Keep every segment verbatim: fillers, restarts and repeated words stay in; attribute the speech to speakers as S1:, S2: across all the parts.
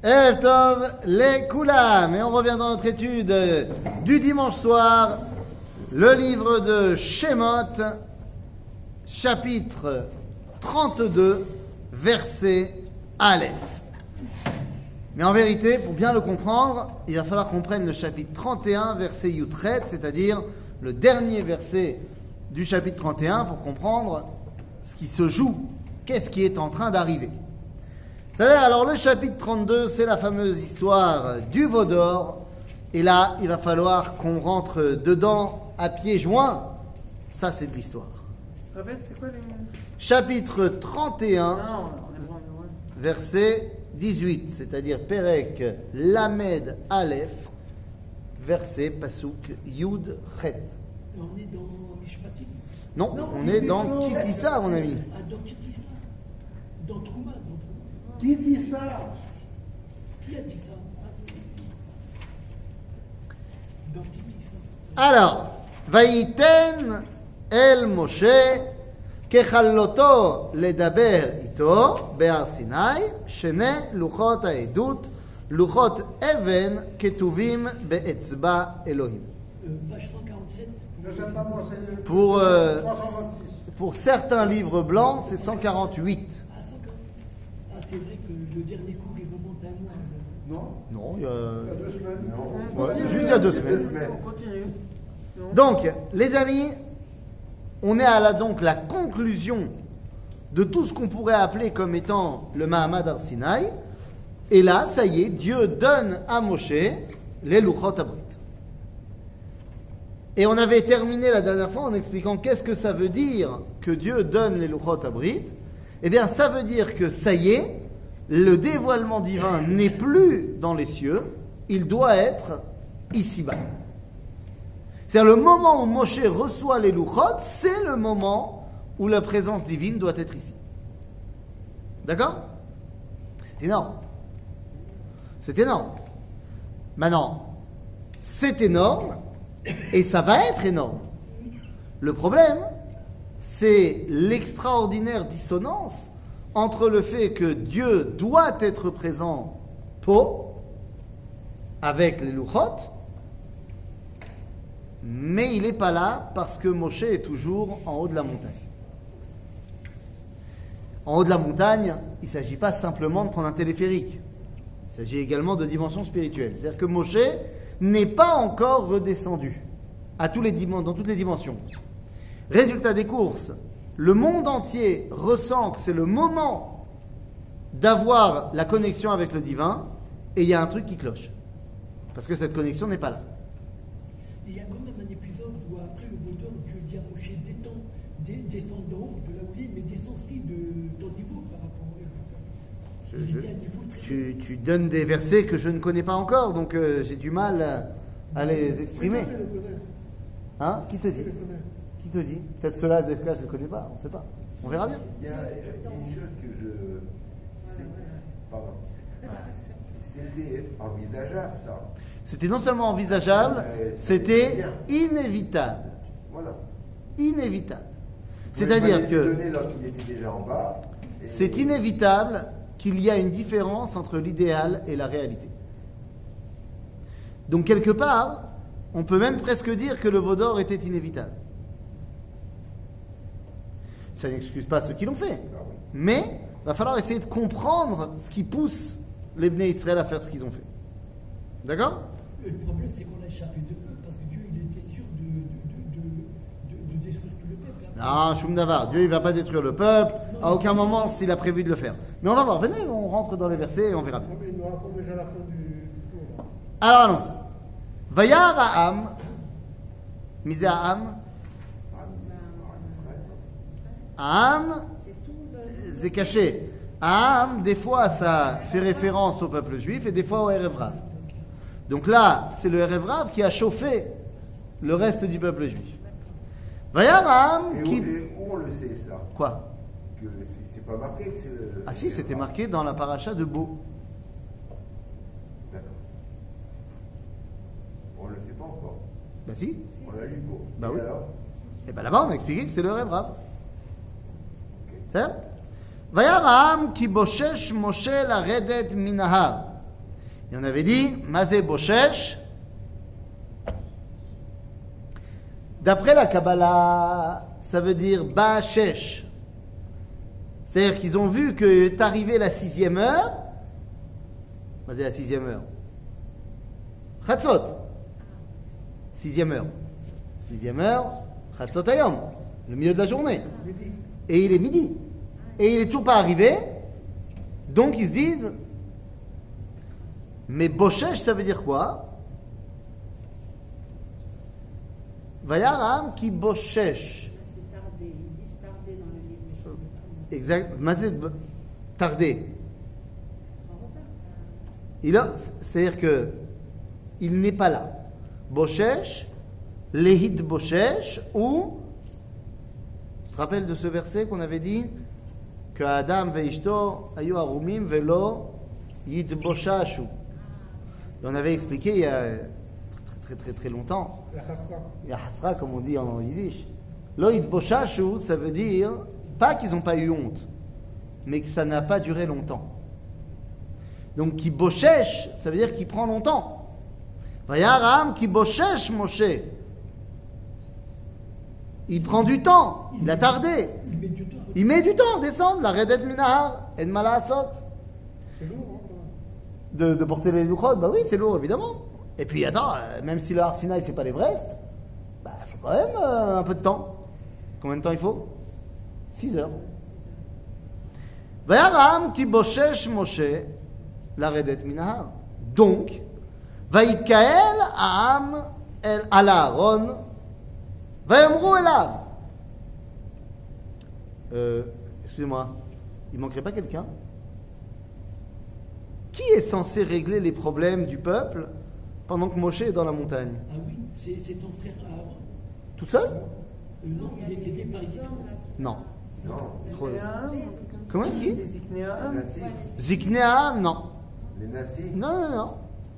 S1: Erev Tov les Koulam. Et on revient dans notre étude du dimanche soir, le livre de Shemot, chapitre trente-deux, verset Aleph. Mais en vérité, pour bien le comprendre, il va falloir qu'on prenne le chapitre trente et un, verset Yutret, c'est-à-dire le dernier verset du chapitre trente et un, pour comprendre ce qui se joue, qu'est-ce qui est en train d'arriver. C'est-à-dire, alors le chapitre trente-deux, c'est la fameuse histoire du veau d'or, et là, il va falloir qu'on rentre dedans à pieds joints. Ça, c'est de l'histoire.
S2: C'est quoi les...
S1: Chapitre trente et un,
S2: Non, on est loin, on est loin.
S1: verset dix-huit, c'est-à-dire Perek Lamed Aleph, verset Pasuk Yud Chet.
S3: On est dans Mishpatim.
S1: Non,
S3: Non,
S1: on est dans Kitissa, mon ami.
S3: Ah, dans Kitissa. Dans Trouma, dans Trouma.
S4: Qui dit ça?
S3: Qui a dit ça? Ah, dans Kitissa.
S1: Alors, Vaïten El Moshe Kechalloto Ledaber Ito Be'ar Sinai Shene Luchot Ha'edut Luchot Even Ketuvim Be'etzba Elohim.
S3: Euh, page cent quarante-sept.
S4: Je sais pas moi, c'est
S1: Pour, euh,
S4: trois cent vingt-six.
S1: pour certains livres blancs, c'est cent quarante-huit.
S3: Ah, cent quarante. Ah, c'est vrai que le dernier cours, il remonte à un mois.
S4: Non,
S1: Non, il y a...
S4: il y a deux semaines.
S2: On
S1: Ouais,
S2: continue,
S1: juste il y a deux semaines.
S2: On continue. Non.
S1: Donc, les amis, on est à la, donc la conclusion de tout ce qu'on pourrait appeler comme étant le Mahamad Har Sinaï. Et là, ça y est, Dieu donne à Moshe les Luchot Abrit. Et on avait terminé la dernière fois en expliquant qu'est-ce que ça veut dire que Dieu donne les Luchot Abrit. Eh bien, ça veut dire que ça y est, le dévoilement divin n'est plus dans les cieux, il doit être ici-bas. C'est-à-dire le moment où Moshe reçoit les Luchot, c'est le moment où la présence divine doit être ici. D'accord? C'est énorme. C'est énorme. Maintenant, c'est énorme et ça va être énorme. Le problème, c'est l'extraordinaire dissonance entre le fait que Dieu doit être présent pour, avec les Luchot, mais il n'est pas là parce que Moshe est toujours en haut de la montagne. En haut de la montagne, il ne s'agit pas simplement de prendre un téléphérique. Il s'agit également de dimension spirituelle. C'est-à-dire que Moshe n'est pas encore redescendu à tous les dim- dans toutes les dimensions. Résultat des courses, le monde entier ressent que c'est le moment d'avoir la connexion avec le divin et il y a un truc qui cloche. Parce que cette connexion n'est pas là.
S3: Il y a quand même un épisode où après le veau d'or, Dieu dit à Moshe, descends, dé- descends d'en haut de là où il est, mais descends aussi de ton niveau par rapport au peuple.
S1: Je-
S3: Il
S1: je-
S3: était à un niveau très
S1: tu, tu donnes des versets que je ne connais pas encore, donc euh, j'ai du mal à, à les exprimer.
S4: Je le connais.
S1: Hein? Qui te
S4: Je
S1: dit?
S4: le connais.
S1: Qui te dit? Peut-être cela, Z F K, je ne le connais pas, on ne sait pas. On verra bien.
S5: Il y a une chose que je. c'est- Pardon. C'était envisageable, ça.
S1: C'était non seulement envisageable,
S5: Ouais,
S1: c'était
S5: bien.
S1: inévitable.
S5: Voilà.
S1: Inévitable.
S5: Vous
S1: C'est-à-dire
S5: m'avez
S1: que
S5: donné lorsqu'il était déjà en bas. et-
S1: c'est inévitable qu'il y a une différence entre l'idéal et la réalité. Donc quelque part, on peut même presque dire que le veau d'or était inévitable. Ça n'excuse pas ceux qui l'ont fait,
S5: Ah oui.
S1: mais il va falloir essayer de comprendre ce qui pousse les Bnei Israël à faire ce qu'ils ont fait. D'accord?
S3: Le problème, c'est qu'on a échappé de peu, parce que Dieu, il était sûr de, de, de, de, de détruire tout le peuple.
S1: Non, Shum Davar, Dieu il va pas détruire le peuple, à aucun moment s'il a prévu de le faire. Mais on va voir, venez, on rentre dans les versets et on verra bien.
S4: Non, mais il nous raconte déjà la fin du cours. là.
S1: Alors allons-y. Vayar Ha'am, misé Ha'am, Ha'am, c'est caché. Ha'am, des fois ça fait référence au peuple juif et des fois au Erev Rav. Donc là, c'est le Erev Rav qui a chauffé le reste du peuple juif. Vayar Ha'am
S5: Et où,
S1: qui...
S5: et où on le sait, ça?
S1: Quoi?
S5: Que c'est c'est pas marqué que c'est le.
S1: Ah si, c'était marqué dans la paracha de Beau.
S5: D'accord. On ne le sait pas encore.
S1: Ben si.
S5: On a lu beau.
S1: Bah
S5: Et
S1: oui.
S5: alors?
S1: Et bien là-bas, on a expliqué que c'était le Erev Rav.
S5: Ok.
S1: בסדר? וירא העם כי בושש משה לרדת מן ההר. Et on avait dit, Mazé Boshesh. D'après la Kabbalah, ça veut dire Ba'ashesh. C'est-à-dire qu'ils ont vu que est arrivée la sixième heure. Mazé la sixième heure. Chatzot. Sixième heure. Sixième heure, Chatzot Hayom. Le milieu de la journée. Et il est midi. Et il est toujours pas arrivé. Donc ils se disent, mais Boshesh, ça veut dire quoi? Vayaram qui Boshesh.
S6: C'est tardé, ils disent tardé dans le livre. mais je ne sais pas.
S1: Exact. Mazé tardé.
S6: En retard.
S1: Il a, c'est-à-dire que il n'est pas là. Boshesh, Lehit Boshesh, ou tu te rappelles de ce verset qu'on avait dit que Adam veishto ayu arumim velo yitboshashu. Et on avait expliqué il y a très très très très longtemps.
S4: La chasra.
S1: Il y a hasra comme on dit en yiddish. Lo yitboshashu, ça veut dire pas qu'ils n'ont pas eu honte, mais que ça n'a pas duré longtemps. Donc qui boshesh, ça veut dire qu'il prend longtemps. Vayaram qui boshesh Moshe. Il prend du temps, il a tardé.
S3: Il met du temps.
S1: Il met du temps à descendre, la Redet Minahar, En Malasot.
S4: C'est lourd, hein, quand même.
S1: De, de porter les Luchot, bah oui, c'est lourd évidemment. Et puis attends, euh, même si le Har Sinaï c'est pas l'Everest, bah il faut quand même euh, un peu de temps. Combien de temps il faut? Six heures. Vayaram ki boshesh Moshe, la Redet Minahar. Donc, Vaïkael Aam el al Aaron, Vayamru elav. Euh, excusez-moi, il manquerait pas quelqu'un? Qui est censé régler les problèmes du peuple pendant que Moshe est dans la montagne?
S3: Ah oui, c'est c'est ton frère Aaron.
S1: Tout seul?
S3: Euh, non, il est aidé par les Yitro.
S1: Non.
S5: Non,
S1: C'est trop-
S2: Ziknéaam, un truc comme ça.
S1: Comment, qui?
S2: Les Ziknéaam.
S5: Nassi.
S1: Ziknéam, non.
S5: Les Nassi.
S1: Non, non, non.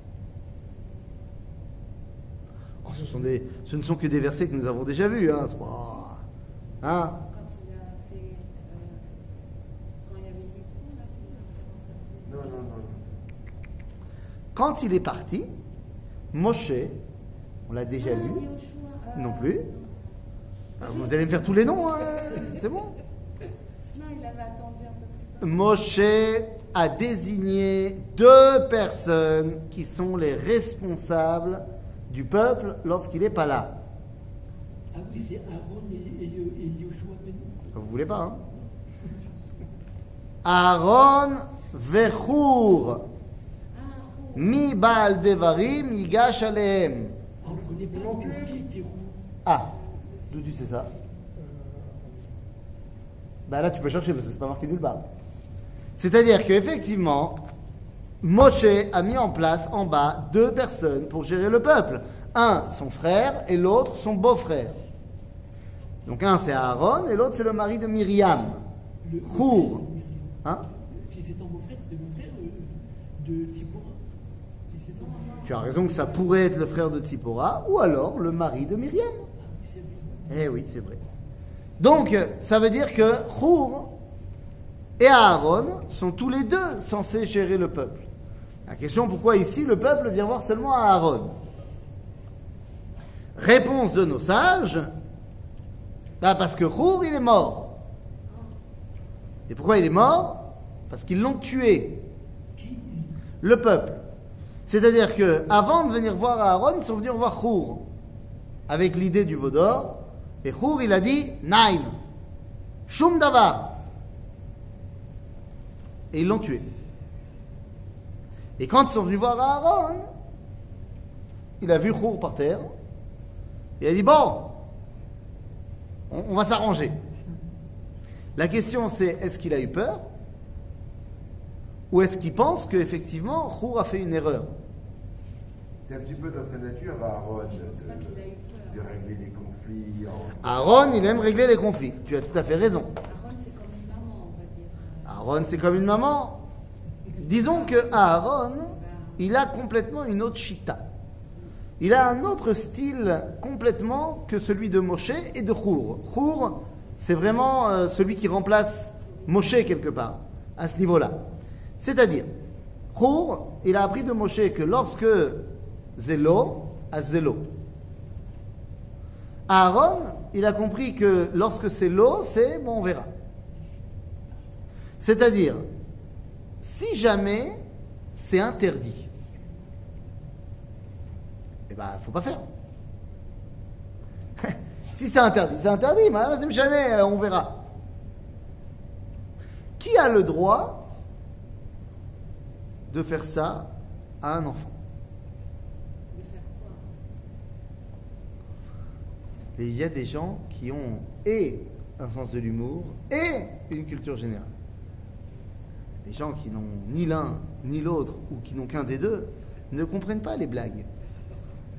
S1: Oh, ce, sont des, ce ne sont que des versets que nous avons déjà vus. Hein, c'est pas... Hein?
S6: Quand il a fait. euh, quand il y avait des trous, là, il a fait remplacer.
S5: Non, non, non. non.
S1: Quand il est parti, Moshe, on l'a déjà
S6: Ah,
S1: lu,
S6: Yoshua, euh,
S1: non plus. Alors, vous allez me faire tous les noms, hein, c'est bon.
S6: Non, il avait attendu un peu plus.
S1: Moshe a désigné deux personnes qui sont les responsables du peuple lorsqu'il n'est pas là.
S3: Ah oui, c'est Aaron et, et, et Yoshua Ben.
S1: Vous voulez pas, hein? Aaron Vechour, Mi Baal Devarim, Yigash Alehem.
S3: Ah, on ne connaît pas le jour qui était roux.
S1: Ah, d'où tu sais ça? Bah là, tu peux chercher parce que c'est pas marqué nulle part. C'est-à-dire qu'effectivement, Moshe a mis en place en bas deux personnes pour gérer le peuple. Un, son frère, et l'autre, son beau-frère. Donc un, c'est Aaron, et l'autre, c'est le mari de Myriam.
S3: Le, le
S1: Roux.
S3: frère de Myriam.
S1: Hein?
S3: Si c'est ton beau-frère, c'est le frère euh, de Tzipora. Si c'est ton beau-frère.
S1: Tu as raison que ça pourrait être le frère de Tzipora, ou alors le mari de Myriam.
S3: Ah oui, c'est vrai.
S1: Eh oui, c'est vrai. Donc, ça veut dire que Chour et Aaron sont tous les deux censés gérer le peuple. La question, pourquoi ici le peuple vient voir seulement Aaron? Réponse de nos sages, bah parce que Chour, il est mort. Et pourquoi il est mort? Parce qu'ils l'ont tué,
S3: Qui
S1: le peuple. C'est-à-dire que avant de venir voir Aaron, ils sont venus voir Chour, avec l'idée du veau d'or. Et Chour, il a dit Nain, Shum Davar. Et ils l'ont tué. Et quand ils sont venus voir Aaron, il a vu Chour par terre. Et il a dit bon, on, on va s'arranger. La question c'est, est-ce qu'il a eu peur? Ou est-ce qu'il pense qu'effectivement Chour a fait une erreur?
S5: C'est un petit peu dans sa nature, Aaron,
S6: Je pense pas qu'il a eu
S5: de, de
S6: peur.
S5: régler les conflits. En...
S1: Aaron, il aime régler les conflits. Tu as tout à fait raison.
S6: Aaron, c'est comme une maman, on va dire.
S1: Aaron, c'est comme une maman. Disons que Aaron, il a complètement une autre chita. Il a un autre style complètement que celui de Moshe et de Chour. Chour, c'est vraiment euh, celui qui remplace Moshe quelque part, à ce niveau-là. C'est-à-dire, Hur, il a appris de Moshe que lorsque Zélo, à Zélo. Aaron, il a compris que lorsque c'est l'eau, c'est bon, on verra. C'est-à-dire, si jamais c'est interdit, eh ben, il ne faut pas faire. Si c'est interdit, c'est interdit, mais jamais, on verra. Qui a le droit de faire ça à un enfant?
S6: De faire quoi?
S1: Et il y a des gens qui ont et un sens de l'humour et une culture générale. Les gens qui n'ont ni l'un ni l'autre ou qui n'ont qu'un des deux ne comprennent pas les blagues. D'accord ?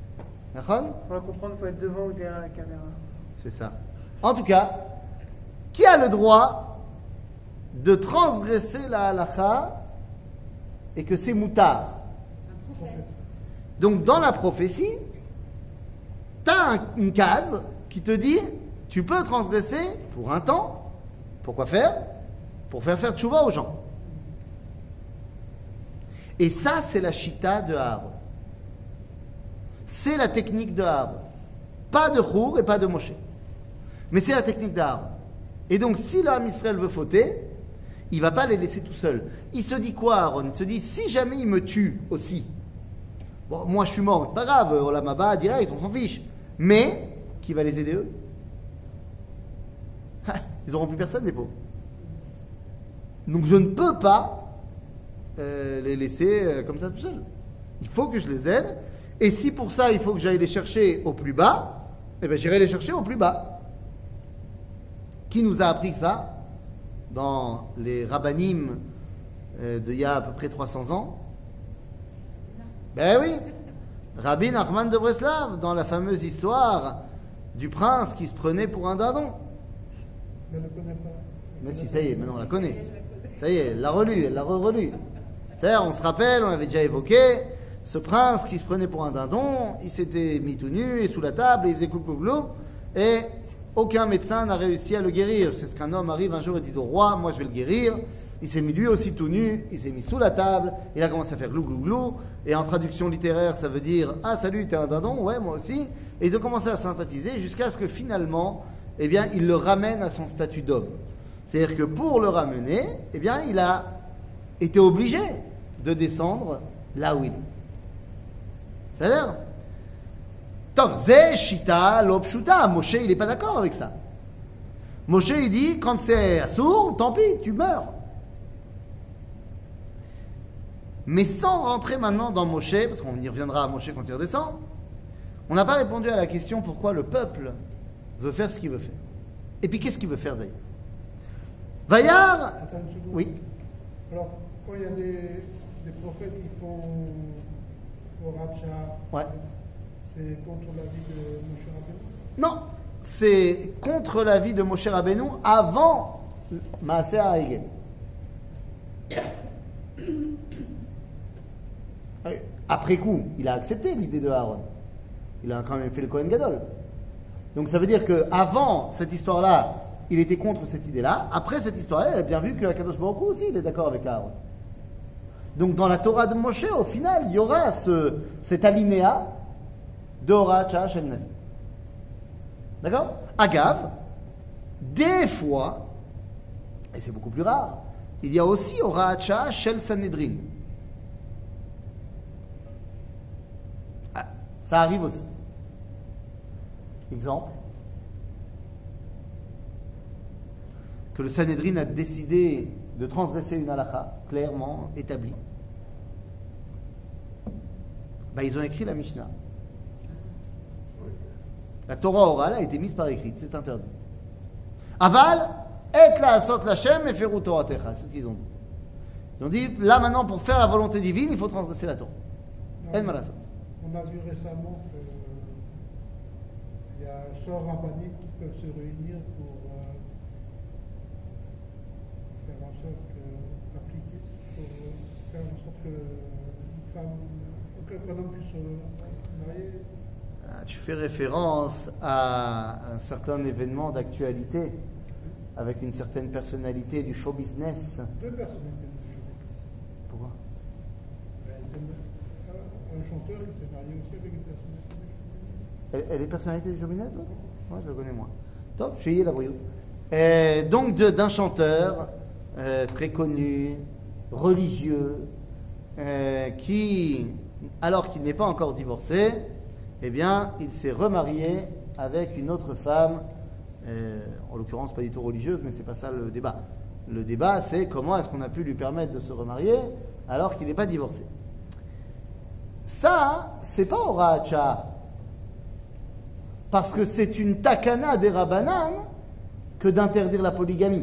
S2: Pour la comprendre, il faut être devant ou derrière la caméra.
S1: C'est ça. En tout cas, qui a le droit de transgresser la halakha et que c'est moutard?
S6: Un prophète.
S1: Donc dans la prophétie, tu as une case qui te dit tu peux transgresser pour un temps. Pourquoi faire? Pour faire faire tchouva aux gens. Et ça, c'est la chita de Aaron. C'est la technique de Aaron. Pas de Hur et pas de Moshe. Mais c'est la technique d'Aaron. Et donc, si l'homme Israël veut fauter, il ne va pas les laisser tout seuls. Il se dit quoi, Aaron? Il se dit, si jamais il me tue aussi, bon, moi je suis mort, c'est pas grave, Olam Haba, direct, on s'en fiche. Mais, qui va les aider eux? Ils n'auront plus personne, les pauvres. Donc, je ne peux pas euh, les laisser euh, comme ça tout seuls. Il faut que je les aide. Et si pour ça, il faut que j'aille les chercher au plus bas, eh bien, j'irai les chercher au plus bas. Qui nous a appris ça dans les rabbanim euh, d'il y a à peu près trois cents ans? Ben oui, Rabbi Nachman de Breslav, dans la fameuse histoire du prince qui se prenait pour un dindon.
S4: Je ne le connais pas.
S1: Mais si, ça y est, maintenant on la connaît. Ça y est, elle l'a relu, elle l'a re-relu. C'est-à-dire, on se rappelle, on l'avait déjà évoqué, ce prince qui se prenait pour un dindon, il s'était mis tout nu et sous la table, et il faisait clou clou clou, et aucun médecin n'a réussi à le guérir. C'est ce qu'un homme arrive un jour et dit au roi, moi je vais le guérir. Il s'est mis lui aussi tout nu, il s'est mis sous la table, il a commencé à faire glou glou glou, et en traduction littéraire ça veut dire « Ah salut, t'es un dindon ?» Ouais, moi aussi. Et ils ont commencé à sympathiser jusqu'à ce que finalement, eh bien, il le ramène à son statut d'homme. C'est-à-dire que pour le ramener, eh bien, il a été obligé de descendre là où il est. C'est-à-dire, Tov, zé shita lo pshuta. Moshe, il n'est pas d'accord avec ça. Moshe, il dit, quand c'est assourd, tant pis, tu meurs. Mais sans rentrer maintenant dans Moshe, parce qu'on y reviendra à Moshe quand il redescend, on n'a pas répondu à la question pourquoi le peuple veut faire ce qu'il veut faire. Et puis qu'est-ce qu'il veut faire d'ailleurs? Vaillard.
S4: Attends une seconde.
S1: Oui.
S4: Alors, quand il y a des, des prophètes qui font Horacha,
S1: Ouais.
S4: c'est contre l'avis de Moshe Rabbeinu?
S1: Non, c'est contre l'avis de Moshe Rabbeinu avant Maaseh Ha'egel. Après coup, il a accepté l'idée de Aaron. Il a quand même fait le Kohen Gadol. Donc ça veut dire qu'avant cette histoire-là, il était contre cette idée-là. Après cette histoire-là, il a bien vu que Kadosh Baruch Hu aussi, il est d'accord avec Aaron. Donc dans la Torah de Moshe, au final, il y aura ce, cet alinéa de Horat Shah Shel Navi. D'accord? Agav, des fois, et c'est beaucoup plus rare, il y a aussi Horat Shah Shel Sanhedrin. Ah, ça arrive aussi. Exemple, que le Sanhedrin a décidé de transgresser une halakha clairement établie. Ben, ils ont écrit la Mishnah. La Torah orale a été mise par écrit, c'est interdit. Aval, et la asot lachem et feru toratecha, c'est ce qu'ils ont dit. Ils ont dit, là maintenant, pour faire la volonté divine, il faut transgresser la Torah.
S4: Non,
S1: En malasot.
S4: On a vu récemment qu'il y a un sort rabbinique qui peuvent se réunir pour euh, faire en sorte que, appliquer, pour faire en sorte que une femme, qu'un homme puisse se marier.
S1: Ah, tu fais référence à un certain événement d'actualité avec une certaine personnalité du show business.
S4: Deux personnalités.
S1: Pourquoi?
S4: s'est marié aussi avec une personnalité de
S1: Elle, elle est personnalité du Jobinette, l'autre? Moi, je le connais moins. Top, je suis la brioute. Euh, donc, de- d'un chanteur euh, très connu, religieux, euh, qui, alors qu'il n'est pas encore divorcé, eh bien, il s'est remarié avec une autre femme, euh, en l'occurrence pas du tout religieuse, mais c'est pas ça le débat. Le débat, c'est comment est-ce qu'on a pu lui permettre de se remarier alors qu'il n'est pas divorcé. Ça, c'est pas Horat Shah. Parce que c'est une takana des Rabbanan que d'interdire la polygamie.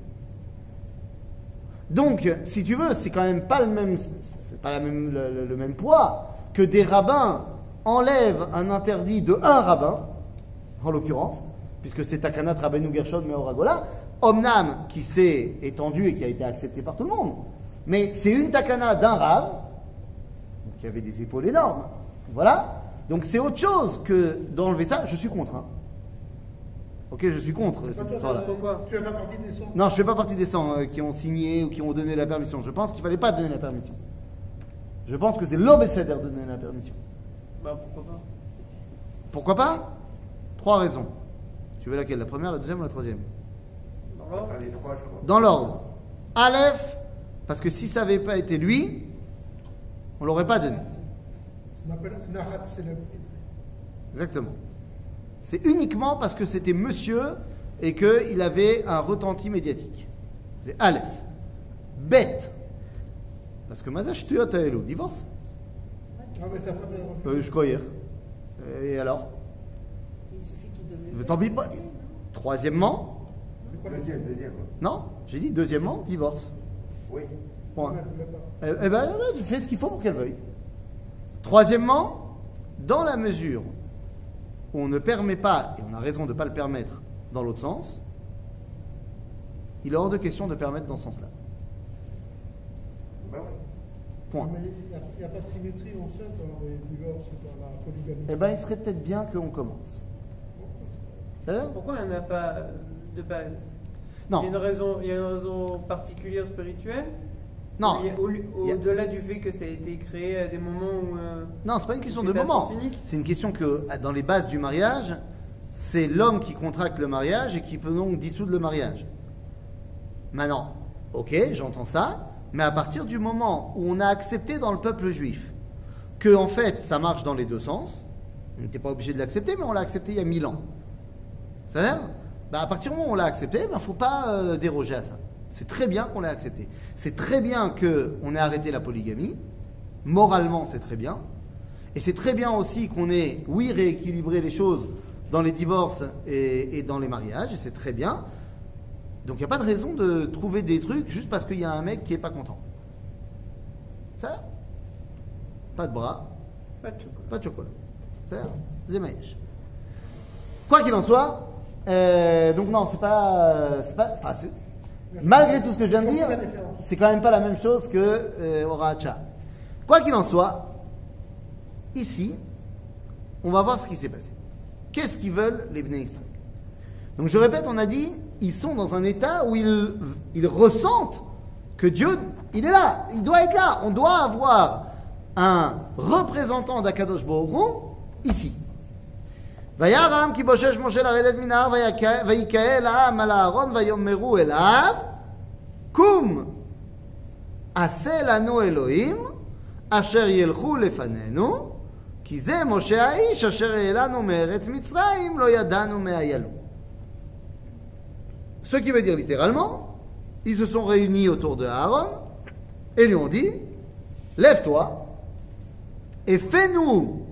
S1: Donc, si tu veux, c'est quand même pas le même, c'est pas la même, le, le- le même poids que des rabbins enlèvent un interdit de un rabbin, en l'occurrence, puisque c'est takana de Rabbeinu Gershon Meoragola, Omnam qui s'est étendu et qui a été accepté par tout le monde, mais c'est une takana d'un rav qui avait des épaules énormes. Voilà. Donc c'est autre chose que d'enlever ça. Je suis contre. Hein. Ok, je suis contre
S4: Pas
S1: cette
S4: toi,
S1: histoire-là.
S2: Pourquoi?
S4: Tu fais pas partie des cent.
S1: Non, je ne fais pas partie des cent euh, qui ont signé ou qui ont donné la permission. Je pense qu'il ne fallait pas donner la permission. Je pense que c'est l'obécéder de donner la permission.
S2: Bah pourquoi pas?
S1: Pourquoi pas? Trois raisons. Tu veux laquelle? La première, la deuxième ou la troisième?
S2: Dans l'ordre?
S5: Enfin, les trois, je crois.
S1: Dans l'ordre. Aleph, parce que si ça n'avait pas été lui, on ne l'aurait pas donné.
S4: Ça s'appelle Nahat Selef.
S1: Exactement. C'est uniquement parce que c'était monsieur et qu'il avait un retenti médiatique. C'est Aleph. Bête. Parce que Mazash Tuyot Aelou, divorce.
S4: Ah, mais sa femme est
S1: Euh, je crois hier. Et alors?
S6: Il suffit qu'il donne le
S1: Mais
S6: verre.
S1: tant pis pas. Troisièmement,
S5: Deuxième, deuxième.
S1: non, j'ai dit deuxièmement, divorce.
S5: Oui.
S1: Point.
S4: Elle voulait pas.
S1: Eh eh ben, ouais, tu fais ce qu'il faut pour qu'elle veuille. Troisièmement, dans la mesure où on ne permet pas, et on a raison de ne pas le permettre dans l'autre sens, il est hors de question de permettre dans ce sens-là.
S5: Ben oui.
S1: Point.
S4: Mais il n'y a, a pas de symétrie en fait dans les divorces et dans la polygamie.
S1: Eh bien, il serait peut-être bien qu'on commence. C'est-à-dire?
S2: Pourquoi il n'y en a pas euh, de base?
S1: Non.
S2: Il y a une raison, il y a une raison particulière spirituelle?
S1: Non.
S2: Il y a- au-
S1: Il y a-
S2: Au-delà du fait que ça a été créé à des moments où. euh,
S1: Non, c'est pas une question de
S2: C'est à
S1: moment.
S2: sens unique.
S1: C'est une question que, dans les bases du mariage, c'est l'homme qui contracte le mariage et qui peut donc dissoudre le mariage. Maintenant, ok, j'entends ça, mais à partir du moment où on a accepté dans le peuple juif que, en fait, ça marche dans les deux sens, on n'était pas obligé de l'accepter, mais on l'a accepté il y a mille ans. C'est-à-dire, bah, à partir du moment où on l'a accepté, il ne faut pas euh, déroger à ça. C'est très bien qu'on l'ait accepté. C'est très bien qu'on ait arrêté la polygamie. Moralement, c'est très bien. Et c'est très bien aussi qu'on ait, oui, rééquilibré les choses dans les divorces et, et dans les mariages. Et c'est très bien. Donc, il n'y a pas de raison de trouver des trucs juste parce qu'il y a un mec qui n'est pas content. Ça? Pas de bras,
S2: Pas de chocolat.
S1: pas de chocolat. Ça? Zemaïch. Quoi qu'il en soit, euh, donc non, c'est pas, c'est pas, enfin, c'est- malgré tout ce que je viens de dire, c'est quand même pas la même chose que euh, Horat Shah. Quoi qu'il en soit, ici, on va voir ce qui s'est passé. Qu'est-ce qu'ils veulent les Bnei Israël? Donc je répète, on a dit, ils sont dans un état où ils, ils ressentent que Dieu, il est là, il doit être là. On doit avoir un représentant d'Akadosh Baruch Hu ici. וירם כי בושש משה לרדת מן ההר ויקהל העם על הארון ויאמרו אליו קום עשה לנו אלוהים אשר ילכו לפנינו כי זה משה האיש אשר העלנו מארץ מצרים לא ידענו מהיילו. Ce qui veut dire littéralement, ils se sont réunis autour de Aaron et lui ont dit lève-toi et fais-nous.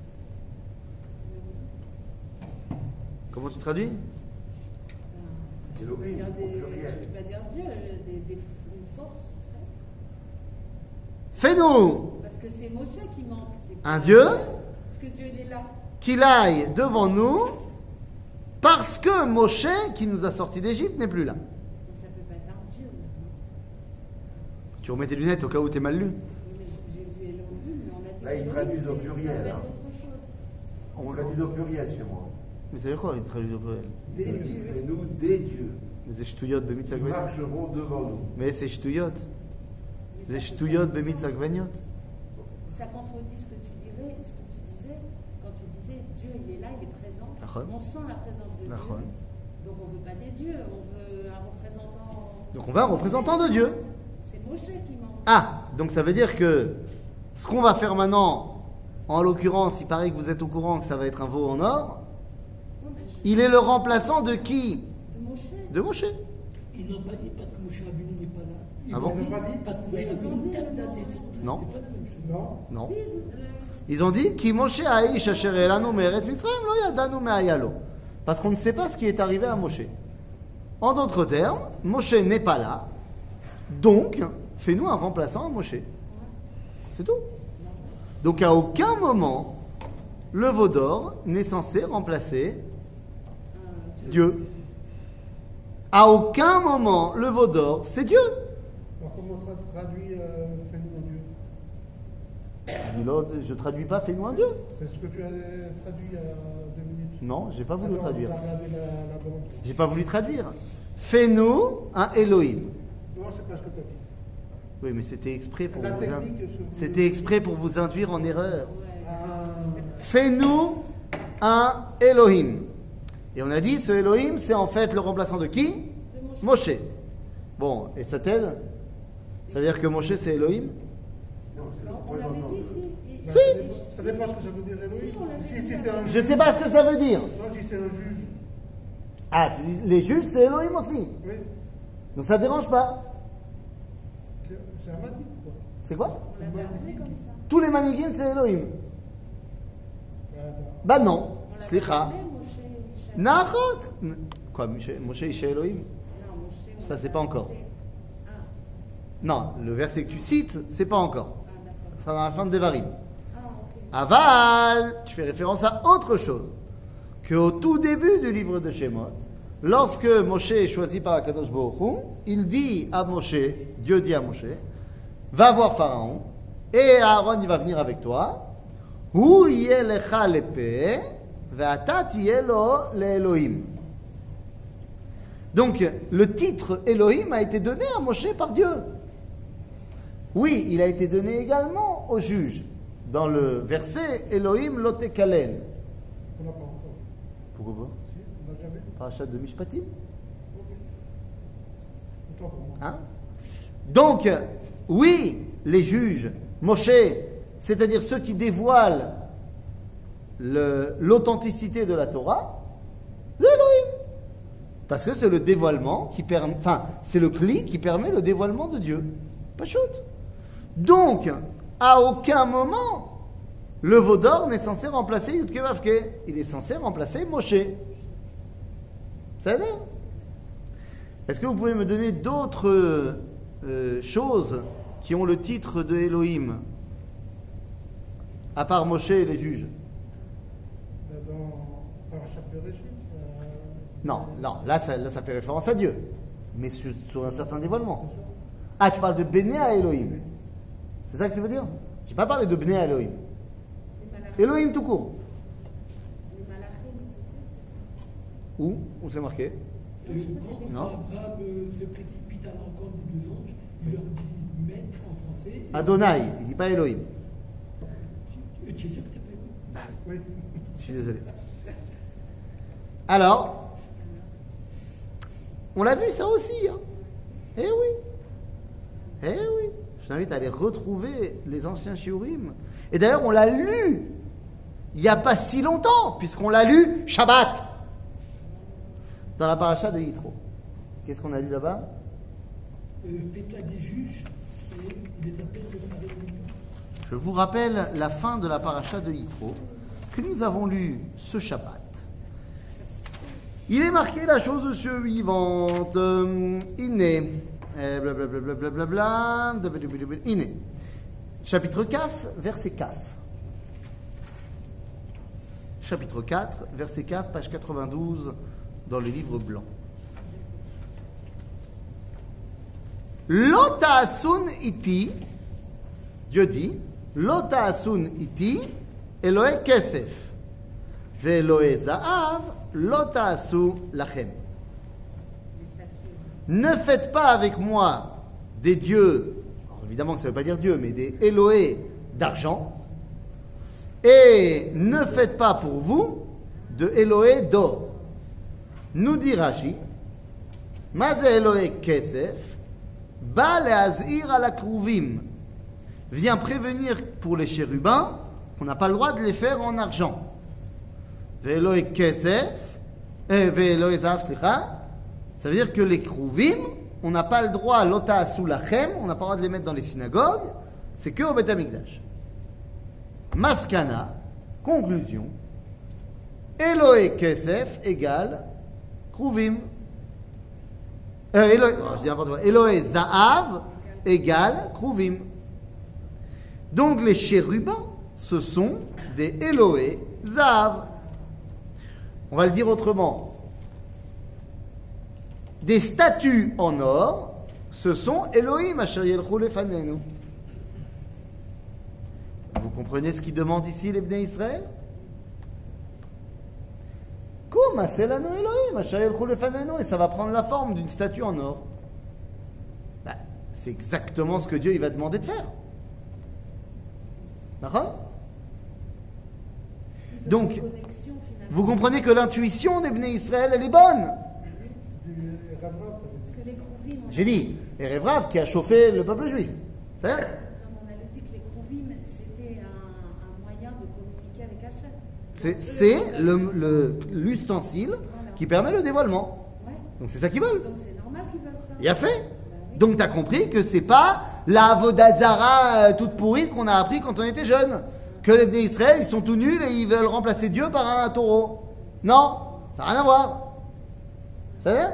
S1: Comment tu traduis?
S6: Tu peux dire des- tu peux pas dire Dieu, des, des, une force.
S1: Fais-nous
S6: Parce que c'est Moshe qui manque. c'est
S1: un
S6: pas-
S1: Dieu
S6: Parce que Dieu il est là.
S1: qu'il aille devant nous parce que Moshe, qui nous a sortis d'Égypte, n'est plus là.
S6: Mais ça peut pas être un Dieu. maintenant.
S1: Tu remets tes lunettes au cas où t'es mal lu.
S6: Oui, mais j'ai vu Elohim, mais on a dit.
S5: Là, ils
S6: Elohim,
S5: traduisent au
S6: c'est-
S5: pluriel,
S6: Ça peut être
S5: hein.
S6: autre chose.
S5: On traduit au pluriel chez moi.
S1: Mais ça veut dire quoi, il traduit au pluriel?
S5: Des dieux. C'est nous, des dieux.
S1: Mais c'est Shtuyot Bemitzak
S5: Ils
S1: Veniot.
S5: marcheront devant nous.
S1: Mais c'est Shtuyot.
S6: Mais
S1: C'est
S6: ça peut
S1: Shtuyot
S6: pas-
S1: Bemitzak Veniot.
S6: Ça contredit ce que tu dirais, ce Dieu, il est là, il est présent.
S1: D'accord.
S6: On sent la présence de
S1: D'accord.
S6: Dieu. Donc on ne veut pas des dieux, on veut un représentant.
S1: Donc on veut un représentant de Dieu.
S6: C'est Moshe qui manque.
S1: Ah, donc ça veut dire que ce qu'on va faire maintenant, en l'occurrence, il paraît que vous êtes au courant que ça va être un veau en or,
S6: Oui, mais je-
S1: il est le remplaçant de qui?
S6: De Moshe.
S1: De Moshe.
S3: Ils n'ont pas dit parce que Moshe Rabbeinu n'est pas là. Ils
S1: Ah bon
S3: ont dit
S4: Ils n'ont pas dit
S3: parce que
S6: Si,
S3: Moshe
S6: ils ont
S3: Rabbeinu
S6: dit,
S3: tarde à
S6: non.
S3: descendre.
S1: Non.
S3: C'est pas la même chose.
S4: Non.
S1: Non.
S6: Si, le-
S1: Ils ont dit Ki Moshe haïsh asher elanu me'eretz Mitzrayim lo yadanu me'ayalo. Parce qu'on ne sait pas ce qui est arrivé à Moshe. En d'autres termes, Moshe n'est pas là, donc fais-nous un remplaçant à Moshe. C'est tout. Donc à aucun moment, le veau d'or n'est censé remplacer
S6: un
S1: Dieu. À aucun moment, le veau d'or, c'est Dieu.
S4: Alors comment on traduit euh, fais-nous un Dieu?
S1: L'autre, je traduis pas fais-nous un Dieu.
S4: C'est ce que tu as traduit il y a deux minutes.
S1: Non, j'ai pas voulu
S4: Attends,
S1: traduire.
S4: t'as regardé la, la bande.
S1: J'ai pas voulu traduire. Fais-nous un Elohim.
S4: Non, c'est pas ce que tu as dit.
S1: Oui, mais c'était exprès pour
S4: La
S1: vous in-
S4: technique, je-
S1: c'était exprès pour vous induire en erreur.
S6: Ouais.
S4: Ah,
S1: Fais-nous un Elohim. Et on a dit, ce Elohim, c'est en fait le remplaçant de qui?
S6: De Moshe.
S1: Moshe. Bon, et ça t'aide? Ça veut dire que Moshe, c'est Elohim?
S5: Non, c'est le
S6: Non, on l'avait
S5: représentant
S6: dit
S5: de-
S6: ici. Il-
S4: bah,
S1: Si.
S4: ça dépend- Ça dépend ce que ça veut dire Elohim.
S6: Si, on l'avait
S4: Si,
S6: dit
S4: si,
S6: là.
S4: c'est un
S1: Je sais pas ce que ça veut dire.
S4: Non, si c'est un juge.
S1: Ah, tu dis, les juges, c'est Elohim aussi.
S4: Oui.
S1: Donc ça dérange pas.
S4: C'est c'est un madik, quoi.
S1: C'est quoi?
S6: On l'avait appelé comme ça.
S1: Tous les manigim, c'est Elohim.
S4: Ah,
S1: Bah
S4: bah.
S1: non.
S6: On l'avait
S1: Slicha.
S6: appelé Moshe. Ishaël.
S1: Nahot. Quoi, Moshe, Moshe chez Elohim?
S6: Non, Moshe, on
S1: Ça,
S6: l'avait
S1: c'est pas encore.
S6: appelé. Ah,
S1: Non, le verset que tu cites, c'est pas encore.
S6: ah d'accord.
S1: Ce sera dans la fin de Devarim.
S6: Ah, ok.
S1: Aval, tu fais référence à autre chose. Qu'au tout début du livre de Shemot, lorsque Moshe est choisi par Akadosh Baruch Hu, il dit à Moshe, Dieu dit à Moshe, va voir Pharaon, et Aaron il va venir avec toi. Hu yelecha lepe, ve'ata tiyelo le'Elohim. Donc, le titre Elohim a été donné à Moshe par Dieu. Oui, il a été donné également au juge. Dans le verset Elohim lotekalel.
S4: On n'a pas encore.
S1: Pourquoi pas?
S4: Si, on n'a jamais.
S1: Parachat de Mishpatim.
S4: Ok. Autant pour moi.
S1: Hein? Donc, oui, les juges, Moshe, c'est-à-dire ceux qui dévoilent le- l'authenticité de la Torah, c'est Elohim. Parce que c'est le dévoilement qui permet, enfin, c'est le cli qui permet le dévoilement de Dieu. Pas shoot. Donc, à aucun moment, le veau d'or n'est censé remplacer Yudke Vavke. Il est censé remplacer Moshe. Ça l'air? Est-ce que vous pouvez me donner d'autres euh, choses qui ont le titre de Elohim, à part Moshe et les juges?
S4: Bah, dans Parashat Bereshit. euh,
S1: Non, non, là ça, là ça fait référence à Dieu, mais sur, sur un certain dévoilement. Ah, tu parles de Béné à Elohim. C'est ça que tu veux dire? J'ai pas parlé de Béné à Elohim.
S6: Les malachim.
S1: Elohim tout court.
S6: Les malachim, c'est
S1: Où? Où c'est marqué?
S3: Euh, quand
S1: Non.
S3: Abraham euh, se précipite à la rencontre des deux anges, il leur dit maître en français. et-
S1: Adonai, il dit pas Elohim.
S3: Tu tu es sûr que tu pas
S4: Oui.
S1: Je suis désolé. Alors, on l'a vu ça aussi. Hein. Eh oui. Eh oui. Je t'invite à aller retrouver les anciens shiurim. Et d'ailleurs, on l'a lu il n'y a pas si longtemps, puisqu'on l'a lu Shabbat, dans la paracha de Yitro. Qu'est-ce qu'on a lu là-bas?
S3: euh, Fais-toi des juges et il les appelle de la réunion.
S1: Je vous rappelle la fin de la paracha de Yitro, que nous avons lu ce Shabbat. Il est marqué la chose suivante. Euh, Iné. Euh, Blablabla. Blablabla. Blablabla. Iné. Chapitre quatre, verset Kaf. Chapitre quatre, verset Kaf, page quatre-vingt-douze dans le livre blanc. Lota asun iti, Dieu dit, Lota asun iti, Elohe kesef, ve'elohe za'av, Lota asu lachem.
S6: les statues.
S1: Ne faites pas avec moi des dieux, alors évidemment que ça ne veut pas dire Dieu, mais des Elohé d'argent, Et ne faites pas pour vous de Eloé d'or. Nous dit Rashi, Maze Eloé Kesef, Ba leazir ala kruvim, vient prévenir pour les chérubins qu'on n'a pas le droit de les faire en argent. Ve'Eloé Kesef, eh, Ve'Eloé Zav, slicha, ça veut dire que les kruvim, on n'a pas le droit, l'ota asu lachem, on n'a pas le droit de les mettre dans les synagogues, c'est que au Beth Amikdash. Maskana, conclusion, Eloé Kesef égale kruvim. Euh, Eloé, oh, je dis n'importe quoi. Eloé Zaav égale kruvim. Donc les chérubins, ce sont des Eloé Zaav. On va le dire autrement. Des statues en or, ce sont Elohim asher yelchu lefanenu. Vous comprenez ce qu'il demande ici les Bnei Israël? Koum selanu Elohim asher yelchu lefanenu, et ça va prendre la forme d'une statue en or. Ben, c'est exactement ce que Dieu il va demander de faire. D'accord? Donc, vous comprenez que l'intuition des Bnei Israël, elle est bonne. J'ai dit, Erevrav qui a chauffé le peuple juif. C'est ça?
S6: Comme on avait dit que les Krouvim, c'était un, un moyen de communiquer avec Hachem.
S1: C'est, c'est le, le, l'ustensile
S6: Voilà.
S1: qui permet le dévoilement.
S6: Ouais.
S1: Donc c'est ça qu'ils veulent.
S6: Donc c'est normal qu'ils veulent ça.
S1: Il a fait.
S6: Bah oui.
S1: Donc tu as compris que c'est pas la Avodazara euh, toute pourrie qu'on a appris quand on était jeune. Que les Bnei Israël, ils sont tout nuls et ils veulent remplacer Dieu par un taureau. Non, ça n'a rien à voir. Ça veut dire?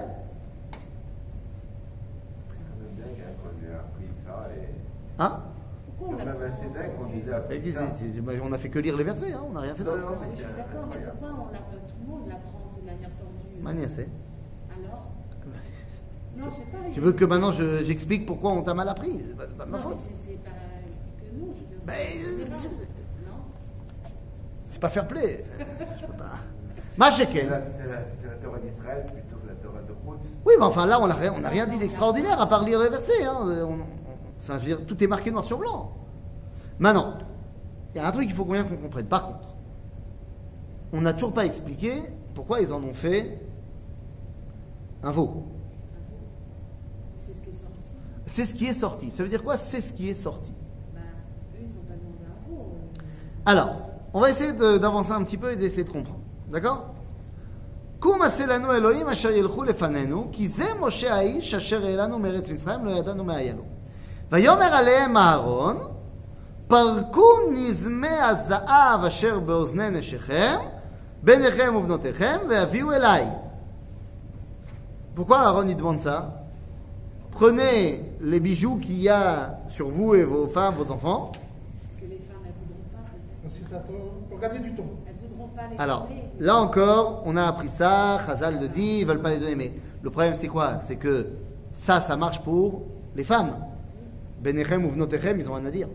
S1: Hein?
S6: Pourquoi on l'a
S5: Même assez dingue qu'on nous a appris
S1: Et
S5: ça.
S1: c'est- c'est- On a fait que lire les versets, hein, on n'a rien fait
S5: Non,
S1: d'autre.
S5: non,
S6: Je suis d'accord, mais pourquoi on l'apprend, tout le monde l'apprend de manière tendue?
S1: Maniassé.
S6: Alors? Non, je sais pas.
S1: Tu veux que maintenant je- j'explique pourquoi on t'a mal appris? C'est pas, c'est pas de ma
S6: Non,
S1: faute.
S6: mais c'est, c'est pas que nous. Je veux dire,
S1: Ben,
S6: c'est
S1: euh,
S6: général.
S1: c'est-
S6: Non?
S1: C'est pas fair play. Je peux pas. Macheken.
S5: C'est la, c'est la, c'est la Torah d'Israël plutôt que la Torah de Ruth.
S1: Oui, mais enfin là, on n'a rien, on n'a rien dit d'extraordinaire à part lire les versets. Hein. On- on- enfin, je veux dire, tout est marqué noir sur blanc. Maintenant, il y a un truc qu'il faut bien qu'on comprenne. Par contre, on n'a toujours pas expliqué pourquoi ils en ont fait un veau.
S6: C'est ce qui est sorti.
S1: C'est ce qui est sorti. Ça veut dire quoi? C'est ce qui est sorti.
S6: Ben, eux, ils n'ont pas demandé un veau. euh.
S1: Alors, on va essayer de- d'avancer un petit peu et d'essayer de comprendre. D'accord? קום עשה לנו אלוהים אשר ילכו לפנינו, כי זה משה האיש אשר העלנו מארץ מצרים, לא ידענו מה היה לו. ויאמר עליהם אהרון, פרקו נזמי הזהב אשר באוזני נשיכם, בניכם ובנותיכם, והביאו אליי. Pourquoi Aaron il demande ça? Prenez les bijoux qu'il y a sur vous et vos femmes, vos enfants.
S6: Parce que les femmes, elles ne voudront pas. peut-être.
S4: Parce que ça pour, pour gagner du temps.
S6: Elles ne voudront pas les
S1: Alors,
S6: donner.
S1: là encore, on a appris ça, Chazal le dit, ils veulent pas les donner. Mais le problème, c'est quoi? C'est que ça, ça marche pour les femmes. Benechem ou Vnotechem, ils ont rien à dire.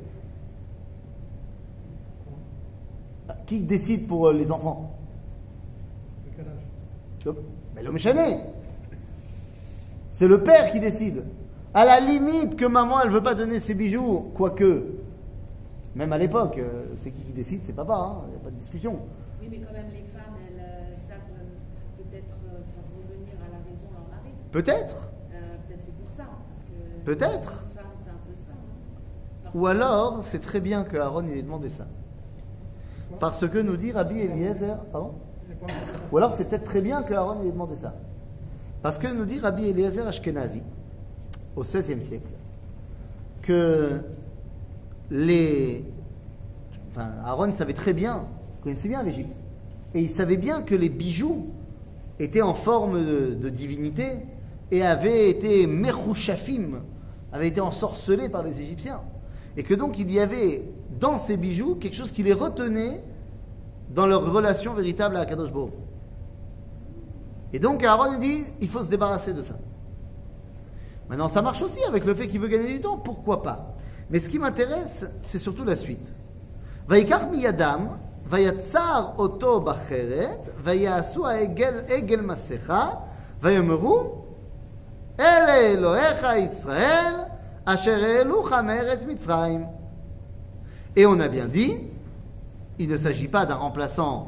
S1: Qui décide pour euh, les enfants?
S4: De quel âge?
S1: Le- Mais le méchané. C'est le père qui décide. À la limite que maman, elle veut pas donner ses bijoux, quoique, même à l'époque, euh, c'est qui qui décide? C'est papa, hein, il n'y a pas de discussion.
S6: Oui, mais quand même, les femmes, elles euh, savent euh, peut-être euh, faire revenir à la maison leur mari.
S1: Peut-être.
S6: Euh, peut-être c'est pour ça. Parce que
S1: Peut-être.
S6: les femmes, c'est un peu ça. hein.
S1: Ou alors, c'est très bien que Aaron il ait demandé ça. Parce que nous dit Rabbi Eliezer, pardon?
S4: J'ai pas encore-
S1: Ou alors c'est peut-être très bien que Aaron il ait demandé ça. Parce que nous dit Rabbi Eliezer Ashkenazi, au seizième siècle, que les... Enfin, Aaron savait très bien, connaissait bien l'Égypte, et il savait bien que les bijoux étaient en forme de, de divinité et avaient été merouchafim, avaient été ensorcelés par les Égyptiens. Et que donc il y avait dans ces bijoux quelque chose qui les retenait dans leur relation véritable à Akadosh Baruch Hu. Et donc Aaron dit, il faut se débarrasser de ça. Maintenant, ça marche aussi avec le fait qu'il veut gagner du temps, pourquoi pas? Mais ce qui m'intéresse, c'est surtout la suite. Vaikach miyadam, vayatsar oto bacheret, vayasu egel egel masecha, vayomeru, ele Elohecha Israël, asher elucha meretz Mitzrayim. Et on a bien dit il ne s'agit pas d'un remplaçant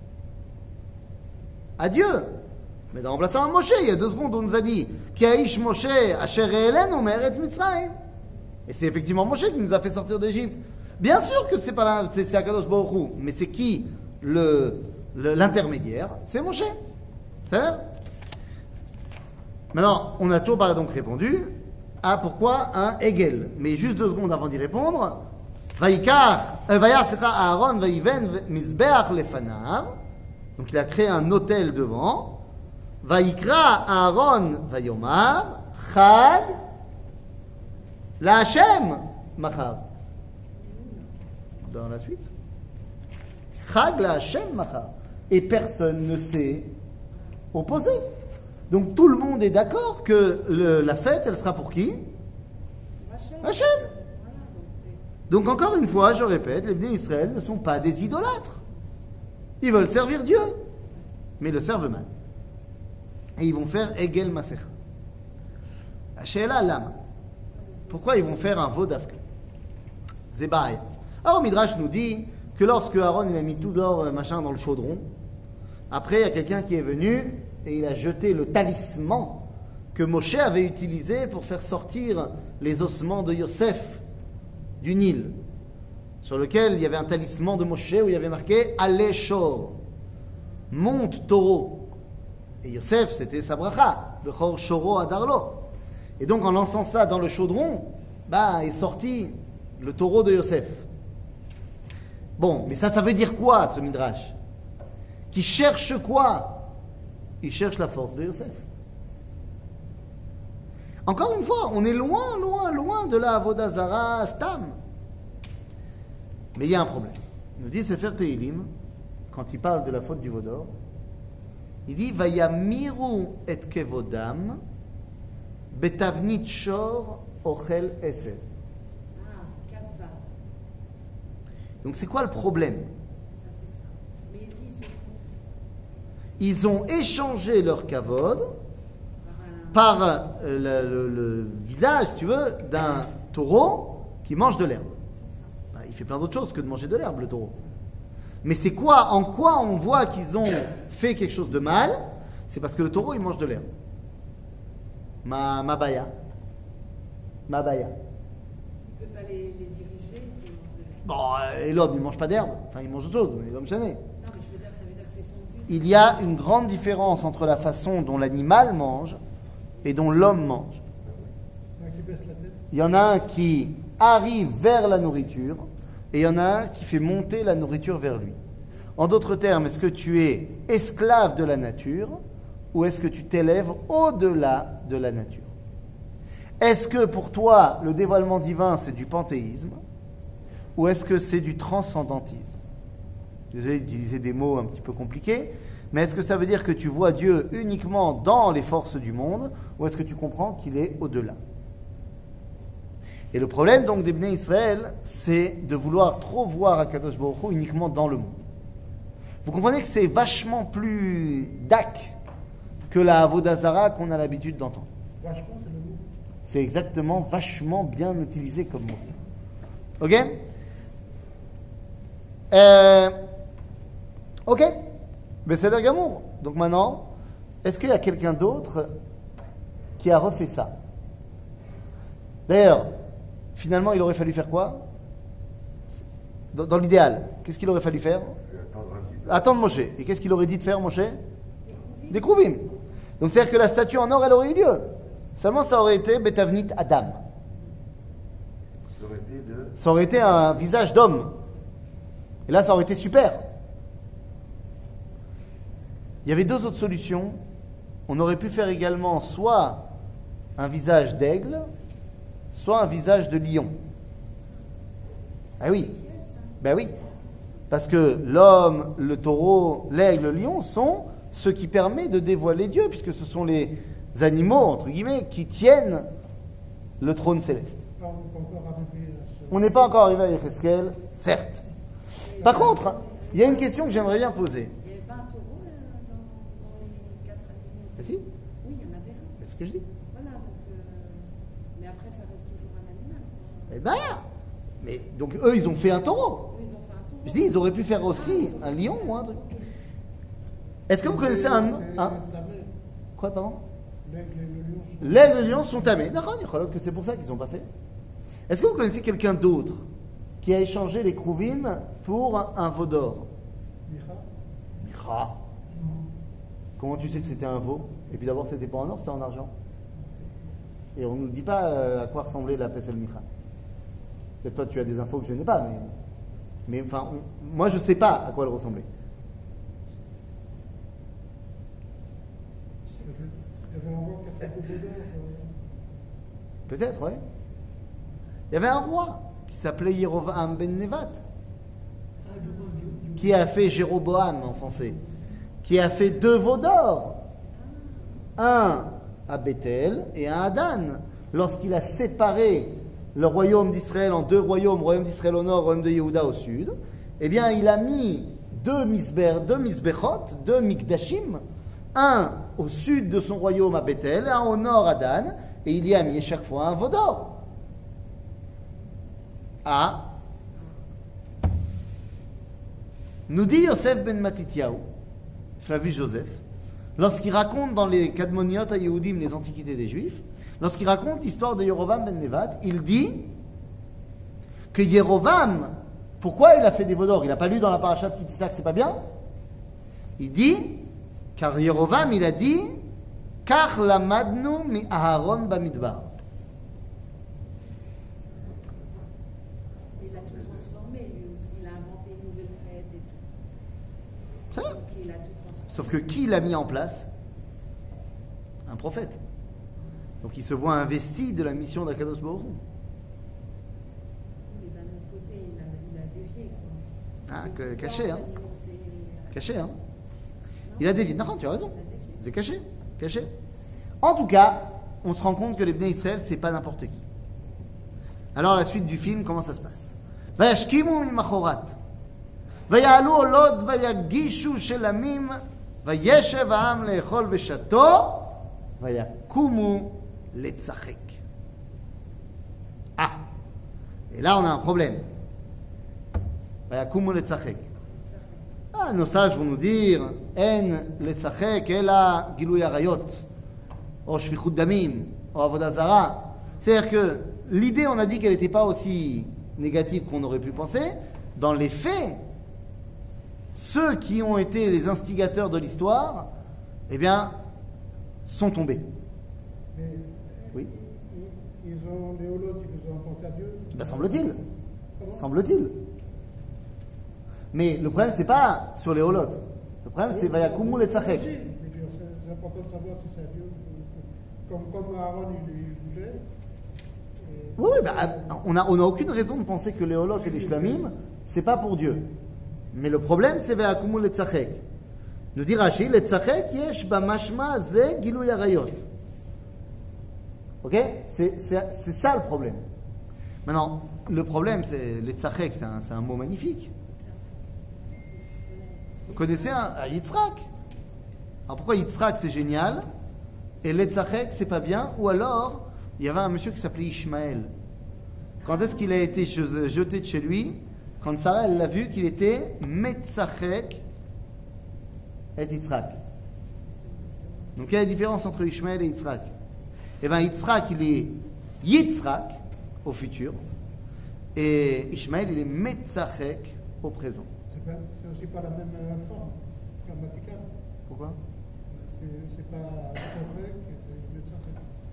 S1: à Dieu, mais d'un remplaçant à Moshe. Il y a deux secondes, on nous a dit Ki ha'ish Moshe asher re'elenu me'eretz Mitzrayim. Et c'est effectivement Moshe qui nous a fait sortir d'Égypte. Bien sûr que c'est pas là, c'est, c'est Akadosh Baruch Hu, mais c'est qui le, le, l'intermédiaire? C'est Moshe. C'est ça? Maintenant, on a toujours pas donc répondu à pourquoi un Hegel. Mais juste deux secondes avant d'y répondre, Vayikar, Vayar Aaron Vayiven Mizbeach lefanav. Donc il a créé un autel devant. Vayikra Aaron Vayomar Chag la Hashem Machar. Dans la suite. Chag la Hashem Machar. Et personne ne s'est opposé. Donc tout le monde est d'accord que le, la fête, elle sera pour qui? Hachem. Donc encore une fois, je répète, les Bnei Israël ne sont pas des idolâtres. Ils veulent servir Dieu, mais ils le servent mal. Et ils vont faire Egel Masecha. Sheela Lama. Pourquoi ils vont faire un veau d'Afka? Zebaï. Alors Midrash nous dit que lorsque Aaron il a mis tout l'or machin dans le chaudron, après il y a quelqu'un qui est venu et il a jeté le talisman que Moshe avait utilisé pour faire sortir les ossements de Yosef du Nil, sur lequel il y avait un talisman de Moshe où il y avait marqué Allez Shor, monte taureau. Et Yosef, c'était sa bracha, le Chor Shoro Adarlo. Et donc en lançant ça dans le chaudron, bah, est sorti le taureau de Yosef. Bon, mais ça, ça veut dire quoi ce Midrash? Qui cherche quoi? Il cherche la force de Yosef. Encore une fois, on est loin, loin, loin de la Avodah Zara Stam. Mais il y a un problème. Il nous dit Sefer Tehilim, quand il parle de la faute du veau d'or, il dit Vayamiru et kevodam betavnit shor ochel esel.
S6: Ah, Katva.
S1: Donc c'est quoi le problème?
S6: Ça, c'est ça. Mais il dit,
S1: Ils ont échangé leur kavod
S6: par un-
S1: par euh, le, le- le visage, si tu veux, d'un taureau qui mange de l'herbe. Bah, il fait plein d'autres choses que de manger de l'herbe, le taureau. Mais c'est quoi, en quoi on voit qu'ils ont fait quelque chose de mal? C'est parce que le taureau, il mange de l'herbe. Ma, ma baya. Ma baya.
S6: Il ne peut pas les, les diriger. c'est-
S1: Bon, euh, et l'homme, il mange pas d'herbe. Enfin, il mange autre chose, mais l'homme jamais.
S6: Non, mais je veux dire, ça veut dire que c'est son but.
S1: Il y a une grande différence entre la façon dont l'animal mange et dont l'homme mange.
S4: Il y en a qui baisse la tête.
S1: Il y en a un qui arrive vers la nourriture et il y en a un qui fait monter la nourriture vers lui. En d'autres termes, est-ce que tu es esclave de la nature ou est-ce que tu t'élèves au-delà de la nature? Est-ce que pour toi, le dévoilement divin, c'est du panthéisme ou est-ce que c'est du transcendentisme? Désolé d'utiliser des mots un petit peu compliqués, mais est-ce que ça veut dire que tu vois Dieu uniquement dans les forces du monde ou est-ce que tu comprends qu'il est au-delà? Et le problème donc des Bnei Israël, c'est de vouloir trop voir Akadosh Baruch Hu uniquement dans le monde. Vous comprenez que c'est vachement plus dak que la Avodah Zara qu'on a l'habitude d'entendre.
S4: Vachement, c'est le mot.
S1: C'est exactement vachement bien utilisé comme mot. Ok? euh, Ok? Mais c'est le gamour. Donc maintenant, est-ce qu'il y a quelqu'un d'autre qui a refait ça? D'ailleurs, finalement, il aurait fallu faire quoi? Dans, dans l'idéal, qu'est-ce qu'il aurait fallu faire?
S5: Attendre un petit peu.
S1: Attendre Moshe. Et qu'est-ce qu'il aurait dit de faire, Moshe? Des krouvim. Donc c'est-à-dire que la statue en or, elle aurait eu lieu. Seulement, ça aurait été Betavnit Adam.
S5: Ça aurait été de.
S1: Ça aurait été un visage d'homme. Et là, ça aurait été super. Il y avait deux autres solutions. On aurait pu faire également soit un visage d'aigle, soit un visage de lion. Ah oui. Ben oui. Parce que l'homme, le taureau, l'aigle, le lion sont ce qui permet de dévoiler Dieu, puisque ce sont les animaux, entre guillemets, qui tiennent le trône céleste.
S4: Ah, on n'est pas encore arrivé à ce...
S1: On n'est pas encore arrivé à Yecheskel, certes. Par contre, il y a une question que j'aimerais bien poser.
S6: Il n'y avait pas un taureau là, dans, dans les quatre animaux?
S1: Ah si?
S6: Oui, il y en avait un.
S1: C'est ce que je dis.
S6: Voilà, donc. euh, Mais après, ça reste toujours un animal. quoi.
S1: Eh ben, mais donc eux, ils ont fait un taureau.
S6: Eux, ils ont fait un taureau.
S1: Je dis, ils auraient pu faire aussi un lion ou un truc. Est-ce que vous connaissez un... un... Quoi, pardon? L'aigle et le lion sont tamés. D'accord, il y a que c'est pour ça qu'ils n'ont pas fait. Est-ce que vous connaissez quelqu'un d'autre qui a échangé les krouvim pour un veau d'or? Micha. Comment tu sais que c'était un veau? Et puis d'abord, c'était pas en or, c'était en argent. Et on ne nous dit pas euh, à quoi ressemblait la Pesel Micha. Peut-être toi, tu as des infos que je n'ai pas, mais, mais enfin, on... moi, je ne sais pas à quoi elle ressemblait.
S4: Il y avait un roi qui a fait beaucoup d'or.
S1: Peut-être, oui. Il y avait un roi qui s'appelait Yerovam ben Nevat, qui a fait Jéroboam en français, qui a fait deux veaux d'or, un à Bethel et un à Dan, lorsqu'il a séparé le royaume d'Israël en deux royaumes, royaume d'Israël au nord, royaume de Yehuda au sud. Eh bien, il a mis deux misber, deux misbechot, deux mikdashim, un au sud de son royaume à Bethel, un au nord à Dan, et il y a mis chaque fois un veau d'or. Ah, nous dit Yosef ben Matityahu, Flavius Joseph, lorsqu'il raconte dans les Kadmoniot à Yehudim, les antiquités des Juifs, lorsqu'il raconte l'histoire de Yerovam ben Nevat, il dit que Yerovam, pourquoi il a fait des veaux d'or? Il n'a pas lu dans la paracha de Kitissa que c'est pas bien? Il dit, car Yerovam, il a dit, car lamadnu mi Aharon bamidbar.
S6: Il a tout transformé lui aussi, il a inventé une nouvelle fête et tout.
S1: Ça?
S6: Donc il a tout transformé.
S1: Sauf que qui l'a mis en place? Un prophète. Donc il se voit investi de la mission d'Akadosh Baruch Hu.
S6: Et d'un autre côté, il a, il a dévié. Quoi.
S1: Ah,
S6: Donc,
S1: que-
S6: il
S1: caché,
S6: a
S1: hein.
S6: alimenté-
S1: Caché, hein? Il a dévié. Non, tu as raison. C'est caché. Caché. En tout cas, on se rend compte que les Bnei Israël, c'est pas n'importe qui. Alors, la suite du film, comment ça se passe? Vayashkimu mimachorat. Vayalu olod vayagishu shelamim. Vayeshev העם לאכול ושתו. ויקומו לצחק. Ah. Et là, on a un problème. ויקומו לצחק. Ah, nos sages vont nous dire En לצחק אלא גילוי עריות, או שפיכות דמים, או עבודה זרה. C'est-à-dire que l'idée, on a dit qu'elle n'était pas aussi négative qu'on aurait pu penser. Dans les faits, ceux qui ont été les instigateurs de l'histoire, eh bien, sont tombés.
S4: Mais
S1: Oui.
S4: ils, ils ont les holotes, ils les ont apportés à Dieu.
S1: Ben, semble-t-il.
S4: Comment?
S1: Semble-t-il. Mais le problème, c'est pas sur les holotes. Le problème, c'est Vayakumu le tzachek.
S4: Si, mais je veux dire, c'est c'est important de savoir si c'est à Dieu. Comme, comme Aaron, il, il bougeait. Et-
S1: Oui, oui, bah, on n'a on a aucune raison de penser que les holotes et les shlamim, c'est pas pour Dieu. Mais le problème, c'est Vayakumu le tzachek. Nous dit Rashi, le tzachek yesh bamashma ze gilui arayot. Ok? C'est c'est- c'est ça le problème. Maintenant, le problème, c'est le tzachek, c'est un, c'est un mot magnifique. Vous connaissez un, un Yitzhak? Alors pourquoi Yitzhak c'est génial et Letzachek c'est pas bien? Ou alors, il y avait un monsieur qui s'appelait Ishmaël. Quand est-ce qu'il a été je- jeté de chez lui? Quand Sarah elle l'a vu qu'il était Metzachek et Yitzhak. Donc quelle est la différence entre Ishmaël et Yitzhak? Eh bien Yitzhak il est Yitzhak au futur et Ishmaël il est Metzachek au présent.
S4: C'est pas- c'est aussi pas la même euh, forme grammaticale.
S1: Pourquoi?
S4: C'est c'est pas Tzachek, c'est le Tzachek.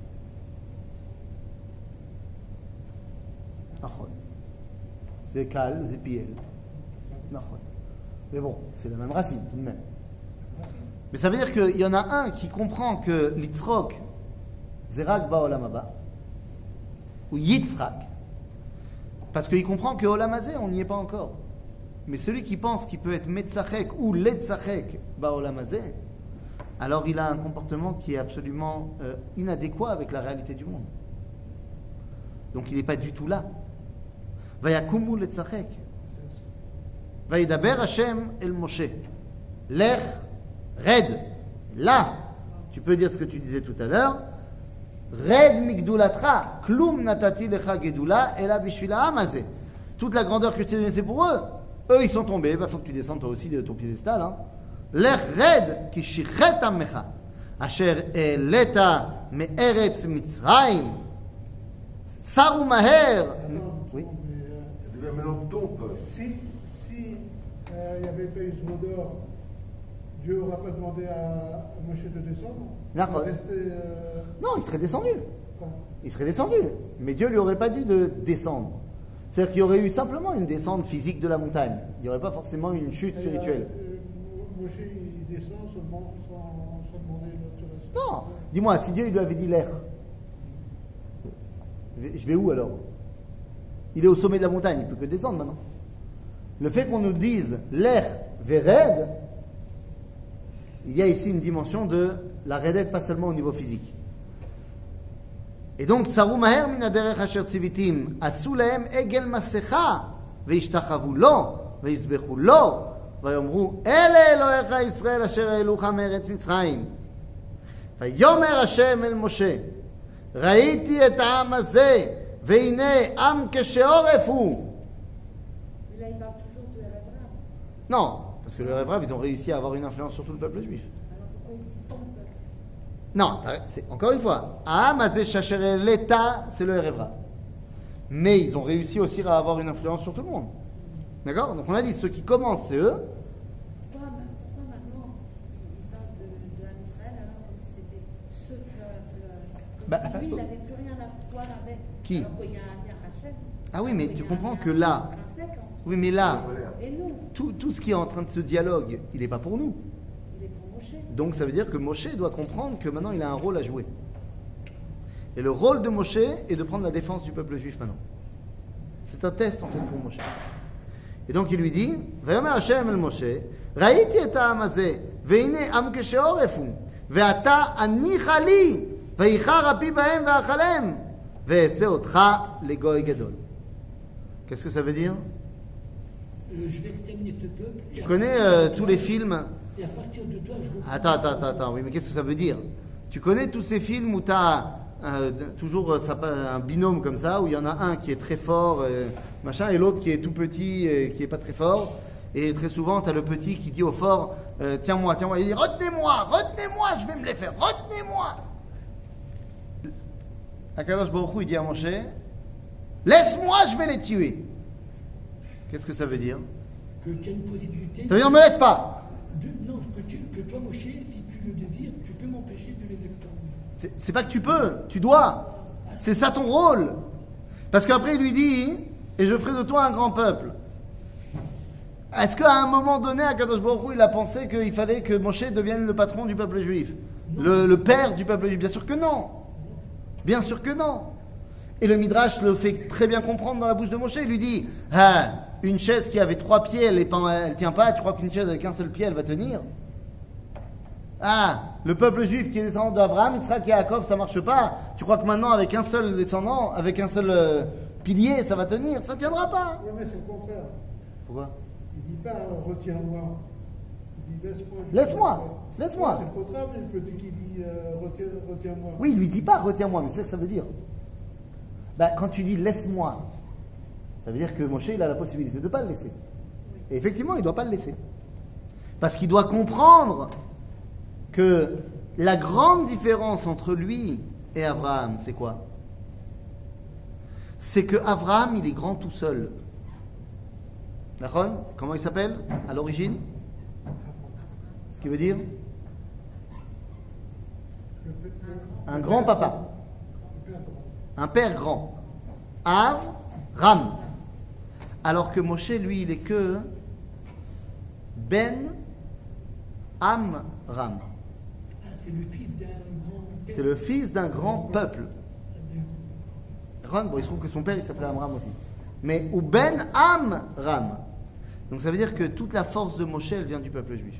S1: נכון. זה קל, זה פיel. נכון. Mais bon, c'est la même racine tout de même. Mais ça veut dire qu'il y en a un qui comprend que l'Yitzrok, c'est Rak Ba'olam Haba, ou Yitzhak, parce qu'il comprend que Olam Hazeh, on n'y est pas encore. Mais celui qui pense qu'il peut être Metzachek ou Letzachek Ba'olam Hazeh, alors il a un comportement qui est absolument euh, inadéquat avec la réalité du monde. Donc il n'est pas du tout là. Vayakumu Letzachek. Vayidaber Hashem el Moshe. Lech, red. Là, tu peux dire ce que tu disais tout à l'heure. Red migdulatra. Klum natati lecha gedula ela bishvil ha'am hazeh. Toute la grandeur que je t'ai donnée, c'est pour eux. eux ils sont tombés, il bah, faut que tu descendes toi aussi de ton piédestal. Hein. Lech red ki shichet amecha, asher eleta me'eretz Mitzrayim, saru maher. Oui.
S5: Ça devient maintenant ton peuple.
S4: Si si euh, il n'y avait pas eu ce mot d'or, Dieu n'aura pas demandé à, à Moshe de descendre. Il
S1: D'accord.
S4: va rester, euh,
S1: Non, il serait descendu.
S4: quand
S1: Il serait descendu. Mais Dieu lui aurait pas dû de descendre. C'est-à-dire qu'il y aurait eu simplement une descente physique de la montagne. Il n'y aurait pas forcément une chute
S4: Et,
S1: spirituelle.
S4: euh, euh, Moshe il descend seulement sans, sans demander l'autorisation.
S1: Non. Dis-moi, si Dieu il lui avait dit l'air, je vais où alors? Il est au sommet de la montagne, il peut que descendre maintenant. Le fait qu'on nous dise l'air vered, il y a ici une dimension de la redette, pas seulement au niveau physique. Et donc, Saru maher min haderech asher tzivitim, asu lehem egel masecha, veishtachavu lo, veizbechu lo, vayomru, ele Elohecha Yisrael asher העלוך מארץ מצרים. ויאמר השם אל משה, ראיתי את העם הזה, והנה עם כשעורף הוא.
S6: Mais là, il parle toujours de Erev.
S1: Non, parce que les Révraves, ils ont réussi à avoir une influence sur tout le peuple juif.
S6: Alors pourquoi il dit ton peuple?
S1: Non, t'as- c'est, encore une fois, Ahamazé Shachere l'État, c'est le Révra. Mais ils ont réussi aussi à avoir une influence sur tout le monde. D'accord? Donc on a dit, ceux qui commencent, c'est eux.
S6: Pourquoi, ma- pourquoi maintenant il parle de, de l'âme Israël alors comme si c'était ce peuple?
S1: Bah,
S6: Comme si lui, il n'avait plus rien à voir avec.
S1: Qui?
S6: Alors qu'il y a un lien Hachem.
S1: Ah oui, mais
S6: Alors
S1: tu
S6: qu'il y a un
S1: comprends
S6: lien
S1: que là,
S6: intrinsèque entre
S1: oui, mais là,
S6: eux et nous.
S1: tout, tout ce qui est en train de ce dialogue, il n'est pas pour nous.
S6: Il est pour Moshe.
S1: Donc ça veut dire que Moshe doit comprendre que maintenant il a un rôle à jouer. Et le rôle de Moshe est de prendre la défense du peuple juif maintenant. C'est un test en fait pour Moshe. Et donc il lui dit, Vayomer Hashem el Moshe, ראיתי את העם הזה, והנה עם כשעורף הוא, ואתה הניחה לי, וייחר אפי בהם ואכלם, ואעשה אותך לגוי גדול. Qu'est-ce que ça veut dire?
S3: Euh, je vais exterminer ce peuple. et
S1: Tu
S3: à
S1: connais
S3: partir
S1: euh,
S3: de
S1: tous
S3: toi-
S1: les films?
S3: Et à partir de toi, je vous
S1: Attends, attends, attends, attends, oui, mais qu'est-ce que ça veut dire? Tu connais tous ces films où tu as toujours euh, ça, un binôme comme ça, où il y en a un qui est très fort, euh, machin, et l'autre qui est tout petit, et qui est pas très fort. Et très souvent, tu as le petit qui dit au fort, euh, tiens-moi, tiens-moi, il dit, retenez-moi, retenez-moi, je vais me les faire, retenez-moi. Akadosh Baruch Hu, il dit à Moshe, laisse-moi, je vais les tuer. Qu'est-ce que ça veut dire?
S3: que tu as une possibilité.
S1: Ça veut dire, ne me laisse pas.
S3: de- non, que, tu- que toi, Moshe, si tu le désires, tu peux m'empêcher de les exterminer.
S1: C'est c'est pas que tu peux, tu dois. C'est ça ton rôle. Parce qu'après il lui dit, et je ferai de toi un grand peuple. Est-ce qu'à un moment donné, Akadosh Baruch Hu, il a pensé qu'il fallait que Moshe devienne le patron du peuple juif, le, le père du peuple juif? Bien sûr que non. Bien sûr que non. Et le Midrash le fait très bien comprendre dans la bouche de Moshe. Il lui dit, ah, une chaise qui avait trois pieds, elle ne tient pas. Tu crois qu'une chaise avec un seul pied, elle va tenir? Ah, le peuple juif qui est descendant d'Abraham, Yitzhak et Yaakov, ça marche pas. Tu crois que maintenant, avec un seul descendant, avec un seul euh, pilier, ça va tenir? Ça tiendra pas.
S4: Oui, mais c'est le contraire.
S1: Pourquoi?
S4: Il dit pas euh, retiens-moi. Il dit laisse-moi. je-
S1: Laisse-moi, laisse-moi.
S4: Ouais, c'est le contraire du petit qui dit euh, retiens, retiens-moi.
S1: Oui, il lui dit pas retiens-moi, mais c'est ça que ça veut dire. Bah, quand tu dis laisse-moi, ça veut dire que Moshe, il a la possibilité de ne pas le laisser. Et effectivement, il ne doit pas le laisser. Parce qu'il doit comprendre que la grande différence entre lui et Abraham, c'est quoi? C'est que Abraham, il est grand tout seul. D'accord? Comment il s'appelle à l'origine? Ce qui veut dire
S4: Le pe- le-
S1: un grand papa.
S4: le père grand.
S1: Un père grand. Av, Ram. Alors que Moshe, lui, il est que Ben, Am, Ram.
S3: Ah, c'est le fils d'un grand.
S1: C'est le fils d'un grand peuple.
S3: d'un-
S1: Ram, bon, il se trouve que son père, il s'appelait Amram aussi. Mais ou Ben, Am, Ram. Donc ça veut dire que toute la force de Moshe, elle vient du peuple juif.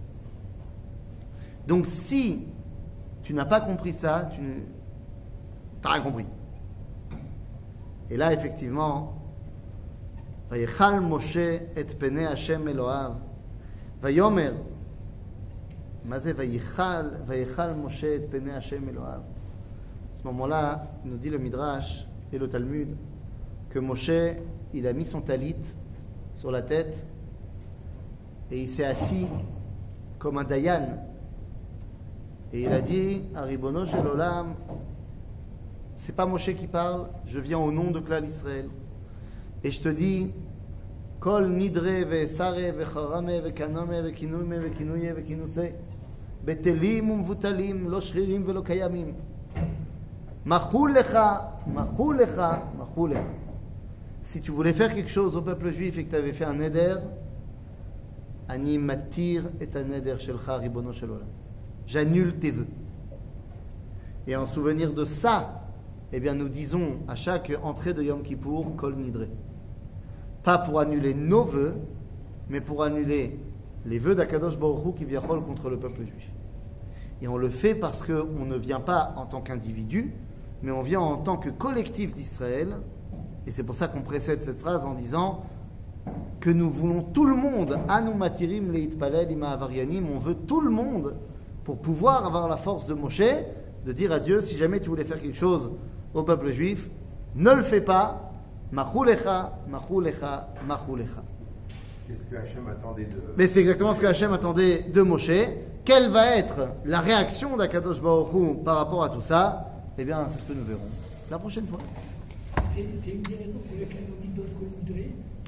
S1: Donc si tu n'as pas compris ça, tu n'as rien compris. Et là, effectivement, Vayichal Moshe et pene Hashem Eloav. Vayomer. Mazé Vayichal, Vayichal Moshe et pene Hashem Eloav. À ce moment-là, nous dit le Midrash et le Talmud que Moshe, il a mis son talit sur la tête et il s'est assis comme un Dayan. Et il a dit à Ribono Shel Olam, c'est pas Moshe qui parle, je viens au nom de Klal Israël. Et je te dis, Kol nidre ve sare ve charame ve kanome ve kinume ve kinuye ve kinuse betelim umvutalim lo shririm ve lo kayamim machou lecha machou lecha machou lecha. Si tu voulais faire quelque chose au peuple juif et que tu avais fait un neder, ani matir et un neder shelcha ribono shel olam, j'annule tes vœux. Et en souvenir de ça, eh bien nous disons à chaque entrée de Yom Kippour Kol nidre. Pas pour annuler nos vœux, mais pour annuler les vœux d'Akadosh Baruch Hu qui viachol contre le peuple juif. Et on le fait parce qu'on ne vient pas en tant qu'individu, mais on vient en tant que collectif d'Israël. Et c'est pour ça qu'on précède cette phrase en disant que nous voulons tout le monde, Anu matirim leitpalel ima avarianim, on veut tout le monde pour pouvoir avoir la force de Moshe, de dire à Dieu, si jamais tu voulais faire quelque chose au peuple juif, ne le fais pas. Machou lecha, machou lecha, machou lecha.
S5: C'est ce que Hachem attendait de...
S1: Mais c'est exactement ce que Hachem attendait de Moshe. Quelle va être la réaction d'Akadosh Baruch Hu par rapport à tout ça? Eh bien, c'est ce que nous verrons la prochaine fois.
S3: C'est une des raisons pour lesquelles on dit dans le Kol Nidre,